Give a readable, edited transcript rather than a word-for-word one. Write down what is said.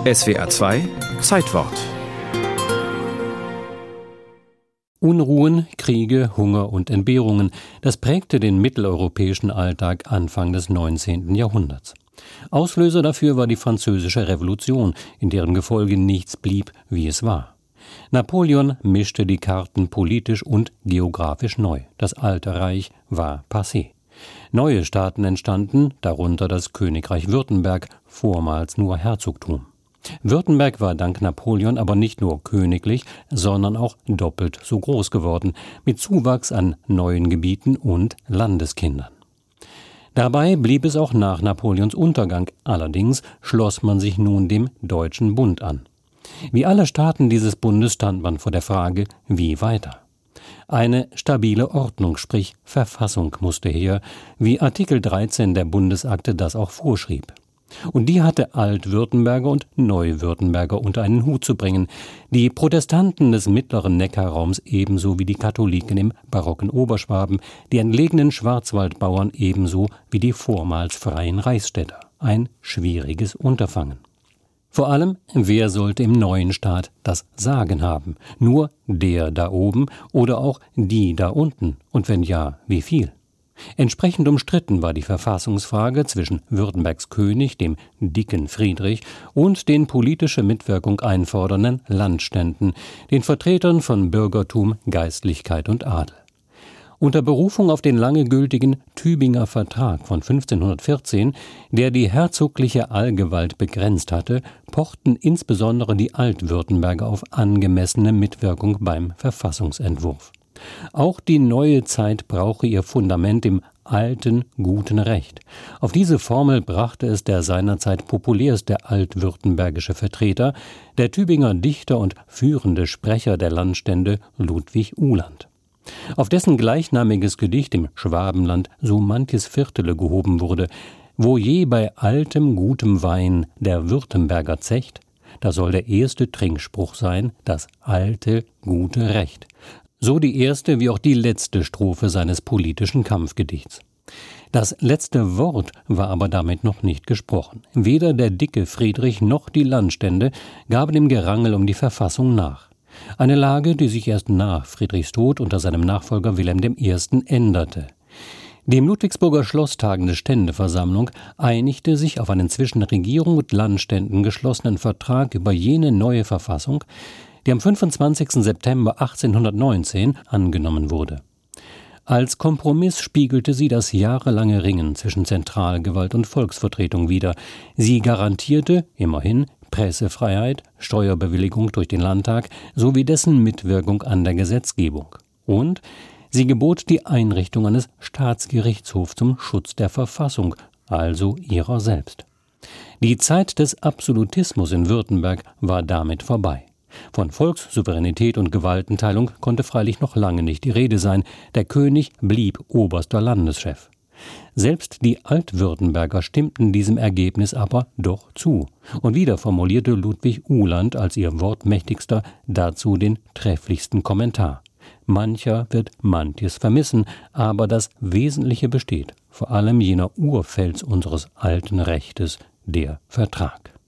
SWR 2 Zeitwort. Unruhen, Kriege, Hunger und Entbehrungen, das prägte den mitteleuropäischen Alltag Anfang des 19. Jahrhunderts. Auslöser dafür war die Französische Revolution, in deren Gefolge nichts blieb, wie es war. Napoleon mischte die Karten politisch und geografisch neu. Das alte Reich war passé. Neue Staaten entstanden, darunter das Königreich Württemberg, vormals nur Herzogtum. Württemberg war dank Napoleon aber nicht nur königlich, sondern auch doppelt so groß geworden, mit Zuwachs an neuen Gebieten und Landeskindern. Dabei blieb es auch nach Napoleons Untergang, allerdings schloss man sich nun dem Deutschen Bund an. Wie alle Staaten dieses Bundes stand man vor der Frage, wie weiter. Eine stabile Ordnung, sprich Verfassung, musste her, wie Artikel 13 der Bundesakte das auch vorschrieb. Und die hatte Altwürttemberger und Neuwürttemberger unter einen Hut zu bringen, die Protestanten des mittleren Neckarraums ebenso wie die Katholiken im barocken Oberschwaben, die entlegenen Schwarzwaldbauern ebenso wie die vormals freien Reichsstädter. Ein schwieriges Unterfangen. Vor allem, wer sollte im neuen Staat das Sagen haben? Nur der da oben oder auch die da unten? Und wenn ja, wie viel? Entsprechend umstritten war die Verfassungsfrage zwischen Württembergs König, dem dicken Friedrich, und den politische Mitwirkung einfordernden Landständen, den Vertretern von Bürgertum, Geistlichkeit und Adel. Unter Berufung auf den lange gültigen Tübinger Vertrag von 1514, der die herzogliche Allgewalt begrenzt hatte, pochten insbesondere die Altwürttemberger auf angemessene Mitwirkung beim Verfassungsentwurf. Auch die neue Zeit brauche ihr Fundament im alten, guten Recht. Auf diese Formel brachte es der seinerzeit populärste altwürttembergische Vertreter, der Tübinger Dichter und führende Sprecher der Landstände Ludwig Uhland. Auf dessen gleichnamiges Gedicht im Schwabenland so manches Viertele gehoben wurde, wo je bei altem, gutem Wein der Württemberger zecht, da soll der erste Trinkspruch sein, das alte, gute Recht. So die erste wie auch die letzte Strophe seines politischen Kampfgedichts. Das letzte Wort war aber damit noch nicht gesprochen. Weder der dicke Friedrich noch die Landstände gaben dem Gerangel um die Verfassung nach. Eine Lage, die sich erst nach Friedrichs Tod unter seinem Nachfolger Wilhelm I. änderte. Die im Ludwigsburger Schloss tagende Ständeversammlung einigte sich auf einen zwischen Regierung und Landständen geschlossenen Vertrag über jene neue Verfassung, die am 25. September 1819 angenommen wurde. Als Kompromiss spiegelte sie das jahrelange Ringen zwischen Zentralgewalt und Volksvertretung wider. Sie garantierte, immerhin, Pressefreiheit, Steuerbewilligung durch den Landtag sowie dessen Mitwirkung an der Gesetzgebung. Und sie gebot die Einrichtung eines Staatsgerichtshofs zum Schutz der Verfassung, also ihrer selbst. Die Zeit des Absolutismus in Württemberg war damit vorbei. Von Volkssouveränität und Gewaltenteilung konnte freilich noch lange nicht die Rede sein. Der König blieb oberster Landeschef. Selbst die Altwürttemberger stimmten diesem Ergebnis aber doch zu. Und wieder formulierte Ludwig Uhland als ihr wortmächtigster dazu den trefflichsten Kommentar. Mancher wird manches vermissen, aber das Wesentliche besteht, vor allem jener Urfels unseres alten Rechtes, der Vertrag.